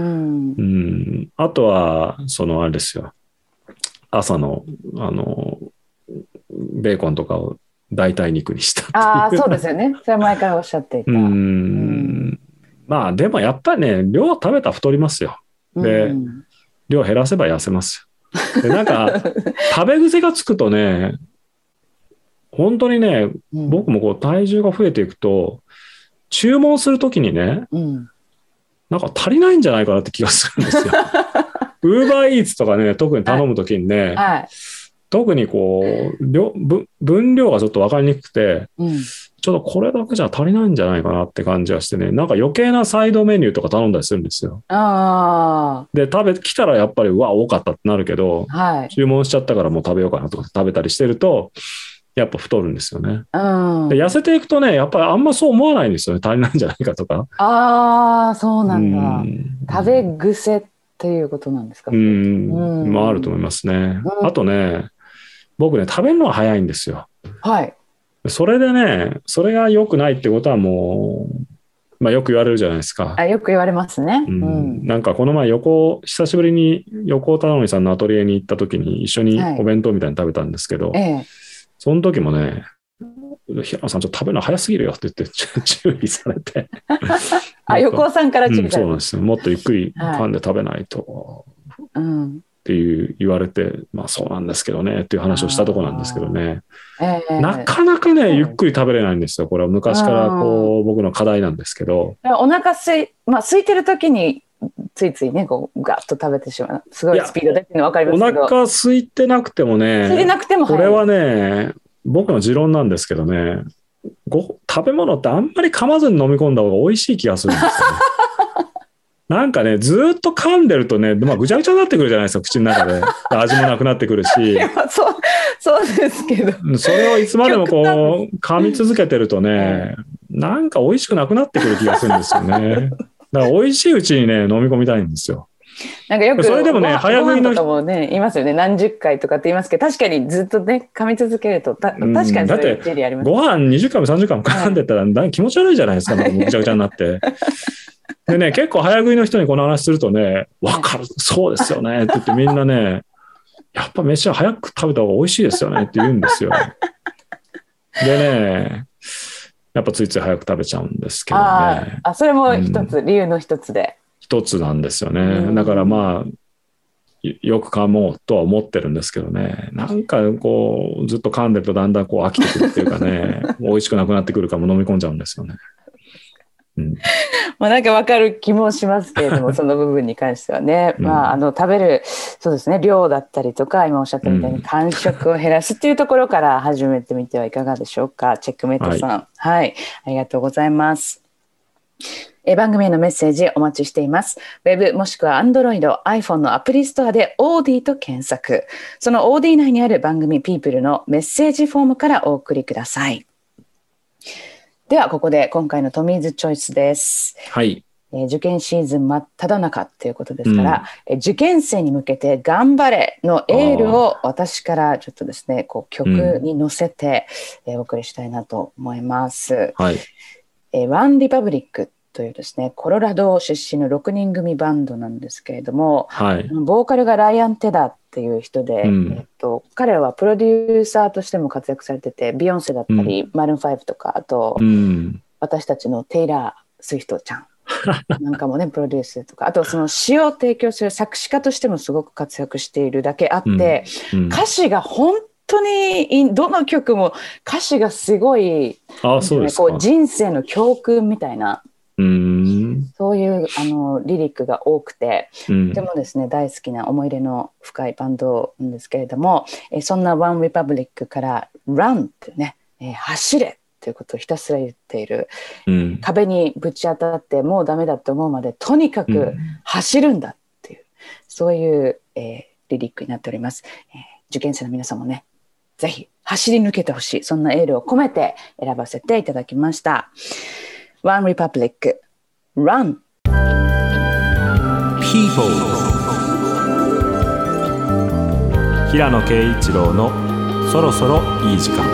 [SPEAKER 1] うん。あとはそのあれですよ、朝のあのベーコンとかを代替肉にしたっていう。
[SPEAKER 2] ああ、そうですよね。それは前からおっしゃっていた。うん、う
[SPEAKER 1] ん、まあでもやっぱりね、量食べたら太りますよ。で、うん、量減らせば痩せますよ。でなんか食べ癖がつくとね、本当にね、うん、僕もこう体重が増えていくと注文するときにね、うん、なんか足りないんじゃないかなって気がするんですよ。ウーバーイーツとかね、特に頼むときにね、はいはい、特にこう量分量がちょっと分かりにくくて、うん、ちょっとこれだけじゃ足りないんじゃないかなって感じがしてね、なんか余計なサイドメニューとか頼んだりするんですよ。あで食べ来たらやっぱりうわ多かったってなるけど、はい、注文しちゃったからもう食べようかなとか食べたりしてるとやっぱ太るんですよね。うん、で痩せていくとね、やっぱりあんまそう思わないんですよね。足りないんじゃないかとか。
[SPEAKER 2] ああ、そうなんだ。うん食べ癖っていうことなんですか？
[SPEAKER 1] うん、うん、まああると思いますね。うん、あとね、僕ね食べるのが早いんですよ。はい。それでね、それが良くないってことはもう、まあ、よく言われるじゃないですか。
[SPEAKER 2] あ、よく言われますね。
[SPEAKER 1] うんうん、なんかこの前横久しぶりに横尾忠則さんのアトリエに行った時に一緒にお弁当みたいに食べたんですけど、はい、ええ、その時もね、平野さんちょっと食べるの早すぎるよって言って注意されて
[SPEAKER 2] あ、横尾さんから注意されて、うん、
[SPEAKER 1] そうなんですよ。もっとゆっくり噛んで食べないと、はい、うんっていう言われて、まあそうなんですけどねっていう話をしたところなんですけどね、えー、なかなかねゆっくり食べれないんですよ。これは昔からこう僕の課題なんですけど、
[SPEAKER 2] お腹すい、まあ、空いてる時についついねこうガッと食べてしまう、すごいスピードでっていうの分かりますけど、
[SPEAKER 1] お腹空いてなくてもね、
[SPEAKER 2] 空いてなくても
[SPEAKER 1] これはね僕の持論なんですけどね、ご食べ物ってあんまり噛まずに飲み込んだ方が美味しい気がするんですよね。なんかね、ずっと噛んでるとね、まあ、ぐちゃぐちゃになってくるじゃないですか、口の中で。味もなくなってくるし。
[SPEAKER 2] そう、そうですけど。
[SPEAKER 1] それをいつまでもこう、噛み続けてるとね、なんか美味しくなくなってくる気がするんですよね。だから美味しいうちにね、飲み込みたいんですよ。
[SPEAKER 2] なんかよく
[SPEAKER 1] それでもね、早食いの
[SPEAKER 2] 人もね、言いますよね。何十回とかって言いますけど、確かにずっとね、噛み続けると、た確かにそういう一理あります。
[SPEAKER 1] ご飯にじゅっかいもさんじゅっかいも噛んでたら、はい、気持ち悪いじゃないですか、なんかぐちゃぐちゃになって。でね、結構早食いの人にこの話するとね、分かる、そうですよねって言ってみんなね、やっぱ飯は早く食べた方が美味しいですよねって言うんですよ。でね、やっぱついつい早く食べちゃうんですけどね。
[SPEAKER 2] ああ、それも一つ、うん、理由の一つで。
[SPEAKER 1] 一つなんですよね。だからまあ、よく噛もうとは思ってるんですけどね、なんかこうずっと噛んでるとだんだんこう飽きてくるっていうかね、美味しくなくなってくるからもう飲み込んじゃうんですよね。うん、
[SPEAKER 2] まあなんか分かる気もしますけれども、その部分に関してはね、うん、まああの食べるそうですね量だったりとか今おっしゃったみたいに間食を減らすっていうところから始めてみてはいかがでしょうか。チェックメイトさん、はい、はい、ありがとうございます。え番組へのメッセージお待ちしています。ウェブもしくは Android、iPhone のアプリストアで オーディー と検索。その オーディー 内にある番組 People のメッセージフォームからお送りください。ではここで今回のトミーズチョイスです。
[SPEAKER 1] はい。
[SPEAKER 2] えー、受験シーズン真っ只中ということですから、うん、え受験生に向けて頑張れのエールを私からちょっとですねこう曲に乗せて、うんえー、お送りしたいなと思います。
[SPEAKER 1] はい。
[SPEAKER 2] えー、ワンリパブリックというですねコロラド出身のろくにん組バンドなんですけれども、はい、ボーカルがライアン・テダーっていう人で、うんえっと、彼らはプロデューサーとしても活躍されてて、ビヨンセだったり、うん、マルーンファイブとかあと、うん、私たちのテイラー・スウィフトちゃんなんかもねプロデュースとかあとその詩を提供する作詞家としてもすごく活躍しているだけあって、うんうん、歌詞が本当にどの曲も歌詞がすごい
[SPEAKER 1] あそうですか、
[SPEAKER 2] こう人生の教訓みたいなうんそういうあのリリックが多くて、うん、とてもですね大好きな思い入れの深いバンドなんですけれども、えそんなワンリパブリックから Run ってね、えー、走れっていうことをひたすら言っている、
[SPEAKER 1] うん、
[SPEAKER 2] 壁にぶち当たってもうダメだって思うまでとにかく走るんだっていう、うん、そういう、えー、リリックになっております、えー、受験生の皆さんもねぜひ走り抜けてほしい、そんなエールを込めて選ばせていただきました。 One Republic Run
[SPEAKER 1] People 平野啓一郎のそろそろいい時間。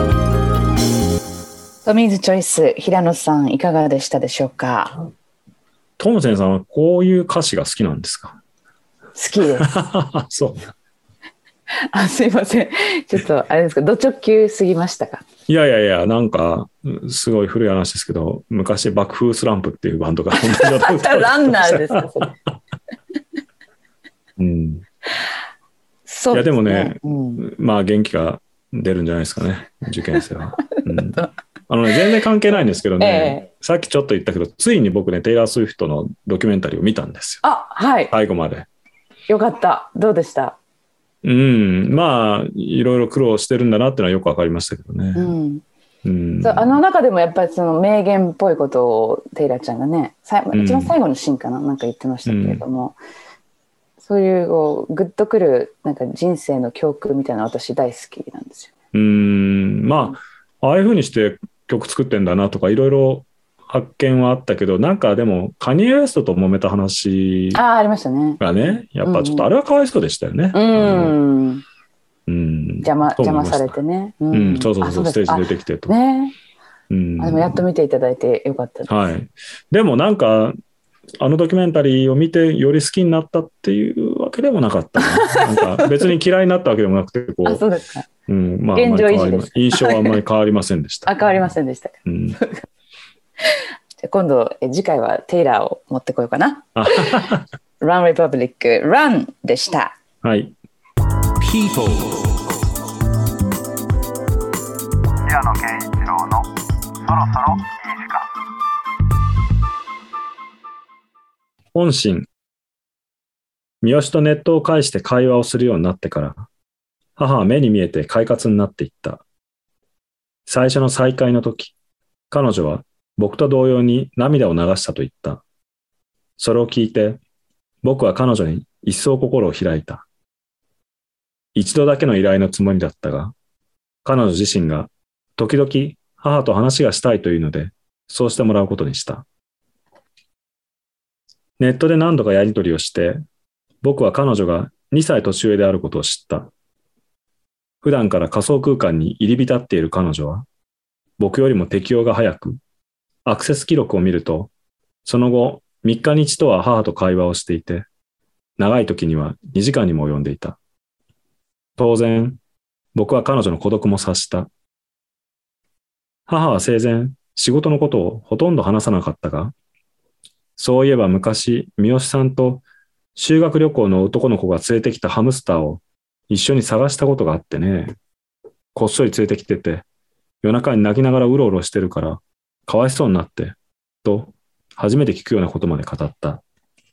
[SPEAKER 2] トミーズチョイス、平野さんいかがでしたでしょうか。
[SPEAKER 1] トムセンさんはこういう歌詞が好きなんですか。
[SPEAKER 2] 好きです
[SPEAKER 1] そう
[SPEAKER 2] あ、すいません、ちょっとあれですか、ド直球すぎましたか。
[SPEAKER 1] いやいやいや、なんかすごい古い話ですけど、昔爆風スランプっていうバンドが
[SPEAKER 2] ランナーですかそれ
[SPEAKER 1] うん、
[SPEAKER 2] そうですね。
[SPEAKER 1] いやでもね、
[SPEAKER 2] うん、
[SPEAKER 1] まあ元気が出るんじゃないですかね、受験生は、うん、あのね、全然関係ないんですけどね、えー、さっきちょっと言ったけど、ついに僕ねテイラー・スウィフトのドキュメンタリーを見たんですよ。
[SPEAKER 2] あ、はい、
[SPEAKER 1] 最後まで。
[SPEAKER 2] よかった。どうでした。
[SPEAKER 1] うん、まあいろいろ苦労してるんだなっていうのはよく分かりましたけどね、うん
[SPEAKER 2] うん、あの中でもやっぱりその名言っぽいことをテイラーちゃんがね、一番最後のシーンかな、なんか言ってましたけれども、うん、そういうこうグッとくるなんか人生の教訓みたいな、私大好きなんですよ。
[SPEAKER 1] うーん、まあああいう風にして曲作ってんだなとかいろいろ発見はあったけど、なんかでもカニエ・ウェストと揉めた話がね、
[SPEAKER 2] あ、ありましたね。
[SPEAKER 1] やっぱちょっとあれはかわいそうでしたよね。
[SPEAKER 2] うん、
[SPEAKER 1] うん、
[SPEAKER 2] 邪魔邪魔されてね。
[SPEAKER 1] うん、うん、そうそうそう、ステージ出てきてと。
[SPEAKER 2] ね、
[SPEAKER 1] うん、
[SPEAKER 2] あでもやっと見ていただいてよかったです。
[SPEAKER 1] はい。でもなんかあのドキュメンタリーを見てより好きになったっていうわけでもなかったな。なんか別に嫌いになったわけでもなくて、こう。
[SPEAKER 2] あ、そうですか。
[SPEAKER 1] うん、まあ、
[SPEAKER 2] 現状維持です。
[SPEAKER 1] 印象はあんまり変わりませんでした。
[SPEAKER 2] あ、変わりませんでしたか。
[SPEAKER 1] うん、
[SPEAKER 2] じゃ今度え次回はテイラーを持ってこようかな。Run Republic Run でした。
[SPEAKER 1] はい。People。
[SPEAKER 3] 平野啓一郎のそろそろいい時間。
[SPEAKER 1] 本心。三好とネットを介して会話をするようになってから、母は目に見えて快活になっていった。最初の再会の時、彼女は僕と同様に涙を流したと言った。それを聞いて、僕は彼女に一層心を開いた。一度だけの依頼のつもりだったが、彼女自身が時々母と話がしたいというので、そうしてもらうことにした。ネットで何度かやり取りをして、僕は彼女がにさい年上であることを知った。普段から仮想空間に入り浸っている彼女は、僕よりも適応が早く、アクセス記録を見ると、その後みっかに一度は母と会話をしていて、長い時にはにじかんにも及んでいた。当然、僕は彼女の孤独も察した。母は生前、仕事のことをほとんど話さなかったが、そういえば昔、三好さんと修学旅行の男の子が連れてきたハムスターを一緒に探したことがあってね。こっそり連れてきてて、夜中に泣きながらうろうろしてるから、かわいそうになって、と、初めて聞くようなことまで語った。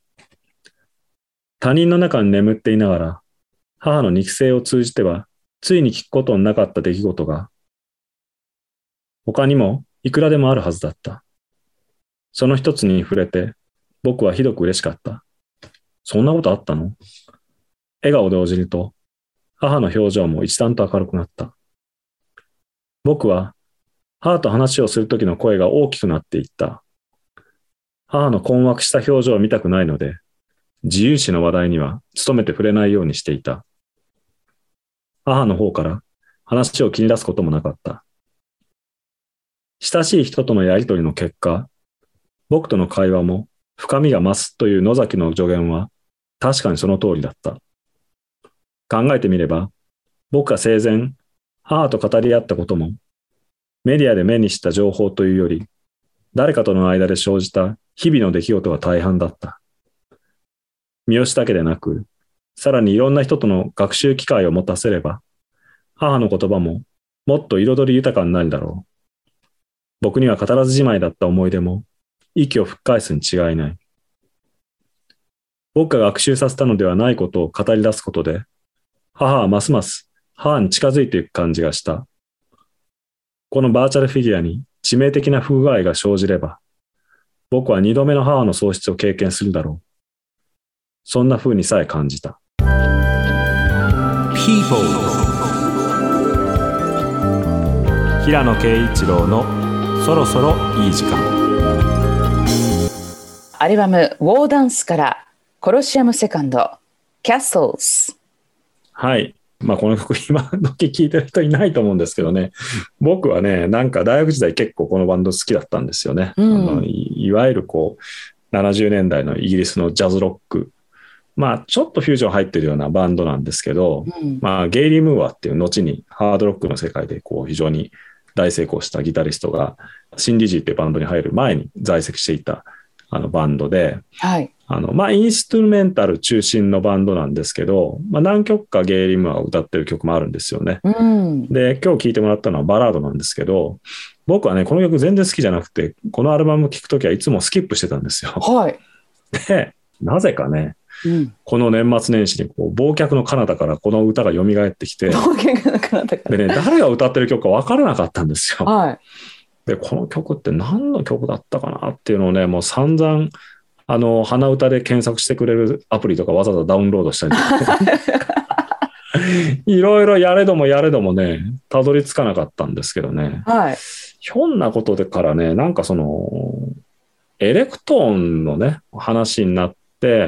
[SPEAKER 1] 他人の中に眠っていながら、母の肉声を通じては、ついに聞くことのなかった出来事が、他にもいくらでもあるはずだった。その一つに触れて、僕はひどく嬉しかった。そんなことあったの？笑顔で応じると、母の表情も一段と明るくなった。僕は、母と話をするときの声が大きくなっていった。母の困惑した表情を見たくないので、自由視の話題には努めて触れないようにしていた。母の方から話を切り出すこともなかった。親しい人とのやりとりの結果、僕との会話も深みが増すという野崎の助言は確かにその通りだった。考えてみれば、僕が生前、母と語り合ったことも、メディアで目にした情報というより、誰かとの間で生じた日々の出来事が大半だった。三好だけでなく、さらにいろんな人との学習機会を持たせれば、母の言葉ももっと彩り豊かになるだろう。僕には語らずじまいだった思い出も、息を吹き返すに違いない。僕が学習させたのではないことを語り出すことで、母はますます母に近づいていく感じがした。 このバーチャルフィギュアに致命的な不具合が生じれば、僕は二度目の母の喪失を経験するだろう。そんな風にさえ感じた。People。平野啓一郎のそろそろいい時間。
[SPEAKER 2] アルバムウォーダンスからコロシアムセカンド Castles。
[SPEAKER 1] はい、まあ、この曲今時聴いてる人いないと思うんですけどね、僕はねなんか大学時代結構このバンド好きだったんですよね、うん、あの い, いわゆるこうななじゅうねんだいのイギリスのジャズロック、まあちょっとフュージョン入ってるようなバンドなんですけど、うん、まあゲイリー・ムーアっていう後にハードロックの世界でこう非常に大成功したギタリストがシンディジーっていうバンドに入る前に在籍していたあのバンドで、はい、あのまあインストゥルメンタル中心のバンドなんですけど、まあ、何曲かゲイリー・ムーアを歌ってる曲もあるんですよね、うん、で今日聴いてもらったのはバラードなんですけど、僕はねこの曲全然好きじゃなくて、このアルバム聴くときはいつもスキップしてたんですよ、はい、でなぜかね、うん、この年末年始にこう忘却の彼方からこの歌が蘇ってきて、忘却の彼方からでね、誰が歌ってる曲か分からなかったんですよ、はい、でこの曲って何の曲だったかなっていうのをね、もう散々あの鼻歌で検索してくれるアプリとかわざわざダウンロードしたりとかいろいろやれどもやれどもねたどり着かなかったんですけどね、はい、ひょんなことでからね、なんかそのエレクトーンのね話になって、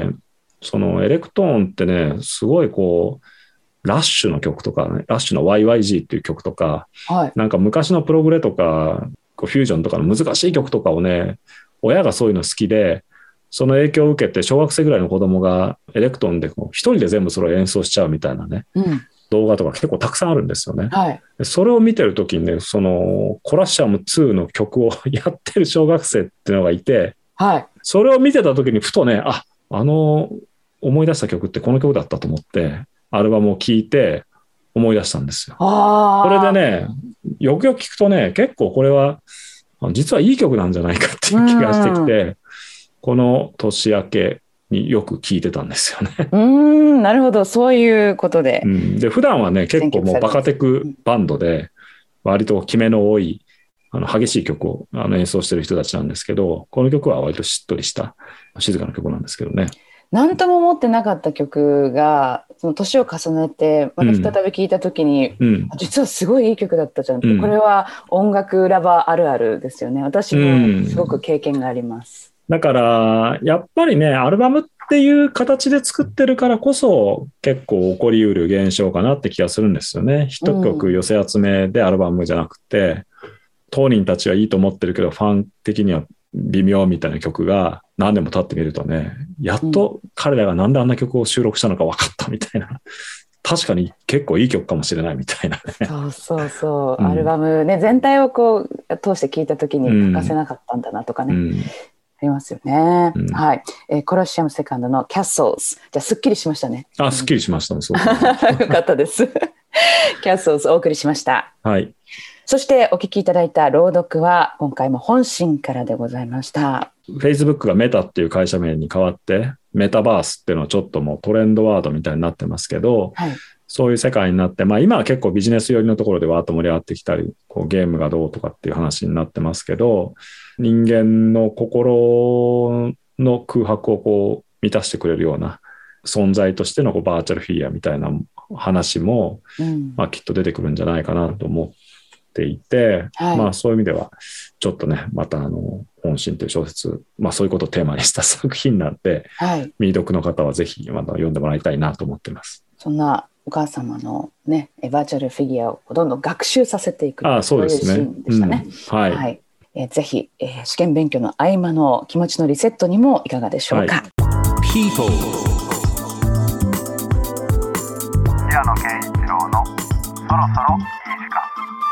[SPEAKER 1] そのエレクトーンってねすごいこうラッシュの曲とかね、ラッシュの ワイワイジー っていう曲とか、はい、なんか昔のプログレとかこうフュージョンとかの難しい曲とかをね、親がそういうの好きで、その影響を受けて小学生ぐらいの子供がエレクトーンでこう一人で全部それを演奏しちゃうみたいなね、うん、動画とか結構たくさんあるんですよね、はい、それを見てる時にね、そのコラッシアムツーの曲をやってる小学生っていうのがいて、はい、それを見てた時にふとね、あ、あの思い出した曲ってこの曲だったと思ってアルバムを聴いて思い出したんですよ。それでね、よくよく聞くとね、結構これは実はいい曲なんじゃないかっていう気がしてきて、この年明けによく聴いてたんですよね。うー
[SPEAKER 2] ん、なるほど、そういうことで。
[SPEAKER 1] うん、で普段はね結構もうバカテクバンドで割とキメの多いあの激しい曲をあの演奏してる人たちなんですけど、この曲は割としっとりした静かな曲なんですけどね。
[SPEAKER 2] 何とも思ってなかった曲がその年を重ねてまた再び聴いた時に、うん、実はすごいいい曲だったじゃんって、うん、これは音楽ラバーあるあるですよね。私もすごく経験があります、
[SPEAKER 1] うん、だからやっぱりねアルバムっていう形で作ってるからこそ結構起こりうる現象かなって気がするんですよね。一曲寄せ集めでアルバムじゃなくて、うん、当人たちはいいと思ってるけどファン的には微妙みたいな曲が何年も経ってみるとね、やっと彼らがなんであんな曲を収録したのか分かったみたいな、確かに結構いい曲かもしれないみたいなね。
[SPEAKER 2] そうそうそう、うん、アルバムね全体をこう通して聴いた時に欠かせなかったんだなとかね、うん、ありますよね、うん、はい、えー、コロシアムセカンドの Castles、 じゃあすっきりしましたね。
[SPEAKER 1] あ、すっきりしましたね、そう
[SPEAKER 2] よかったですCastles お送りしました。
[SPEAKER 1] はい、
[SPEAKER 2] そしてお聞きいただいた朗読は今回も本心からでございました。
[SPEAKER 1] Facebook がメタっていう会社名に変わってメタバースっていうのはちょっともうトレンドワードみたいになってますけど、はい、そういう世界になって、まあ、今は結構ビジネス寄りのところでわーっと盛り上がってきたり、こうゲームがどうとかっていう話になってますけど、人間の心の空白をこう満たしてくれるような存在としてのこうバーチャルフィギュアみたいな話も、うんまあ、きっと出てくるんじゃないかなと思っていて、はい、まあそういう意味ではちょっとねまたあの本心という小説、まあそういうことをテーマにした作品なんで、はい、未読の方はぜひまた読んでもらいたいなと思っています。
[SPEAKER 2] そんなお母様のねバーチャルフィギュアをどんどん学習させていく
[SPEAKER 1] ああそうですね、
[SPEAKER 2] シーンでしたね、うん、はい、はい、えー、ぜひ、えー、試験勉強の合間の気持ちのリセットにもいかがでしょうか。はい、People
[SPEAKER 3] 平野啓一郎のそろそろいい時間。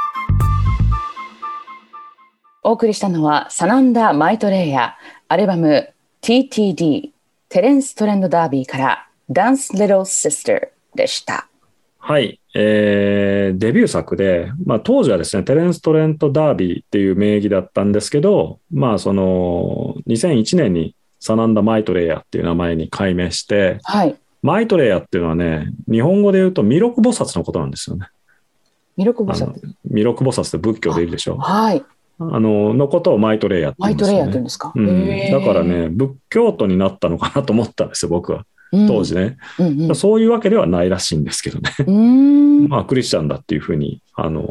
[SPEAKER 2] お送りしたのはサナンダ・マイトレイヤアルバム ティーティーディー テレンス・トレンド・ダービーからDance Little Sister でした。
[SPEAKER 1] はい、えー、デビュー作で、まあ、当時はですねテレンス・トレント・ダービーっていう名義だったんですけど、まあそのにせんいちねんにサナンダ・マイトレイヤっていう名前に改名して、はい、マイトレイヤっていうのはね日本語で言うと弥勒菩薩のことなんですよね。
[SPEAKER 2] 弥勒菩薩、
[SPEAKER 1] 弥勒菩薩って仏教でいるでしょ。
[SPEAKER 2] はい。
[SPEAKER 1] あの、のことをマイトレイヤーって言うんですよね。
[SPEAKER 2] マイトレイヤーって言うんですか。
[SPEAKER 1] うん、だからね、仏教徒になったのかなと思ったんですよ、僕は。当時ね、うんうんうん。そういうわけではないらしいんですけどね。うーんまあ、クリスチャンだっていうふうに、あの、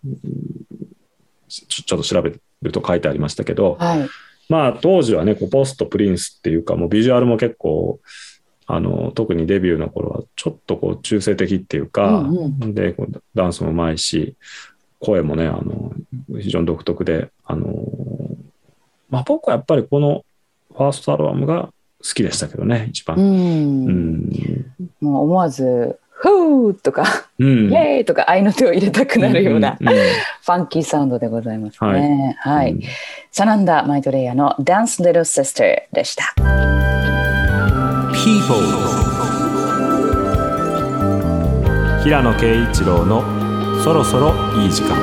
[SPEAKER 1] ちょ、ちょっと調べると書いてありましたけど、はい、まあ、当時はね、こうポストプリンスっていうか、もうビジュアルも結構、あの、特にデビューの頃は、ちょっとこう中性的っていうか、うんうん、で、ダンスもうまいし、声もね、あの、非常に独特で、あの、まあ、僕はやっぱりこのファーストアルバムが好きでしたけどね、一番。うん
[SPEAKER 2] うん、もう思わず、フーとか、うん、イエーイとか愛の手を入れたくなるような、うんうんうん、ファンキーサウンドでございますね。はい。はいうん、サナンダ・マイトレイヤーの Dance Little Sister でした。
[SPEAKER 1] People 平野啓一郎のそろそろいい時間。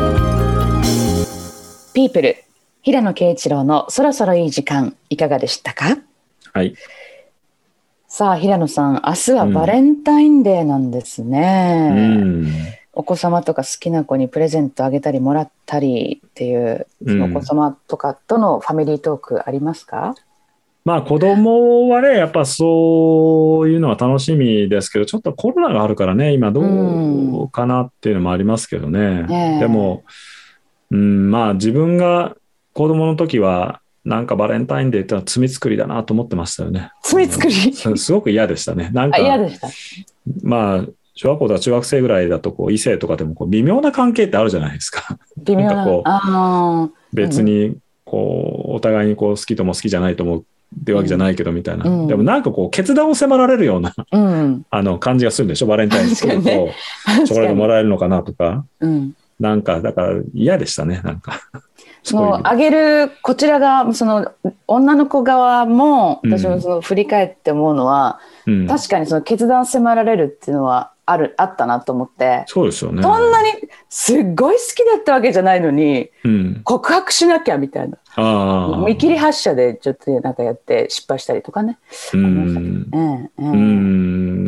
[SPEAKER 2] People 平野啓一郎のそろそろいい時間、いかがでしたか？
[SPEAKER 1] はい。
[SPEAKER 2] さあ平野さん、明日はバレンタインデーなんですね、うん、お子様とか好きな子にプレゼントあげたりもらったりっていう、そのお子様とかとのファミリートークありますか？
[SPEAKER 1] まあ子供はね、やっぱそういうのは楽しみですけど、ちょっとコロナがあるからね、今どうかなっていうのもありますけどね。うんえー、でも、うん、まあ自分が子供の時は、なんかバレンタインデーってのは罪作りだなと思ってましたよね。
[SPEAKER 2] 罪作り
[SPEAKER 1] すごく嫌でしたね。なんか
[SPEAKER 2] 嫌でした。
[SPEAKER 1] まあ小学校とか中学生ぐらいだとこう異性とかでもこう微妙な関係ってあるじゃないですか。
[SPEAKER 2] 微妙な。
[SPEAKER 1] こうあ別にこうお互いにこう好きとも好きじゃないと思うってわけじゃないけどみたいな。うん、でもなんかこう決断を迫られるような、うん、あの感じがするんでしょ。バレンタインするとチョコレートもらえるのかなとか。うん、なんかだから嫌でしたね。なんか。
[SPEAKER 2] そのあげるこちらがその女の子側も私もその振り返って思うのは、うん、確かにその決断迫られるっていうのはあるあったなと思って。
[SPEAKER 1] そうですよね。
[SPEAKER 2] そんなにすっごい好きだったわけじゃないのに、うん、告白しなきゃみたいな、あ見切り発車でちょっとなんかやって失敗したりとかね。うん、
[SPEAKER 1] うんうん、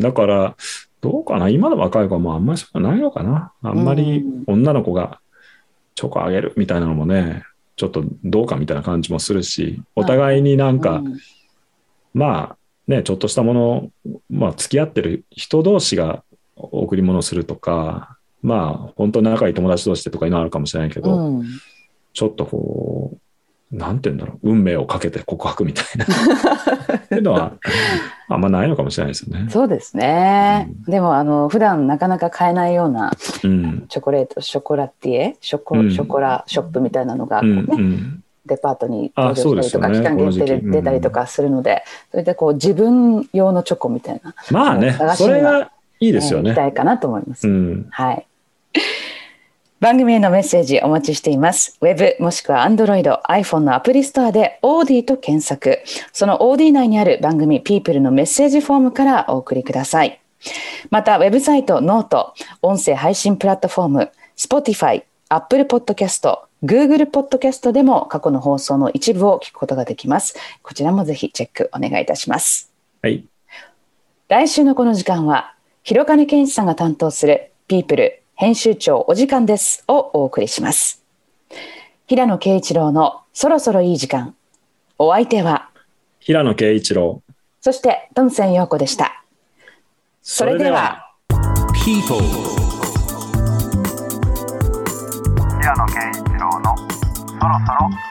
[SPEAKER 1] だからどうかな、今の若い子はもうあんまりそうないのかな。あんまり女の子がチョコあげるみたいなのもね、ちょっとどうかみたいな感じもするし、お互いになんか、うん、まあね、ちょっとしたもの、まあ付き合ってる人同士が贈り物をするとか、まあ本当に仲いい友達同士でとかいうのはあるかもしれないけど、うん、ちょっとこう、なんて言うんだろう、運命をかけて告白みたいなっていうのはあんまないのかもしれないですよね。
[SPEAKER 2] そうですね、うん、でもあの普段なかなか買えないようなチョコレート、ショコラティエショコ、うん、ショコラショップみたいなのが、ねうんうん、デパートに登場したりとか、ね、期間限定で出たりとかするので、それでこう自分用のチョコみたいな、
[SPEAKER 1] まあね、それがいいですよね。
[SPEAKER 2] 行きたいかなと思います、うん、はい。番組へのメッセージお待ちしています。ウェブもしくは Android、iPhone のアプリストアで オーディー と検索。その オーディー 内にある番組 People のメッセージフォームからお送りください。またウェブサイトノート、音声配信プラットフォーム Spotify、Apple Podcast、Google Podcast でも過去の放送の一部を聞くことができます。こちらもぜひチェックお願いいたします。
[SPEAKER 1] はい。
[SPEAKER 2] 来週のこの時間は広金健一さんが担当する People編集長お時間ですをお送りします。平野啓一郎のそろそろいい時間。お相手は
[SPEAKER 1] 平野啓一郎、
[SPEAKER 2] そしてトンセン陽子でした。それでは People
[SPEAKER 3] 平野啓一郎のそろそろ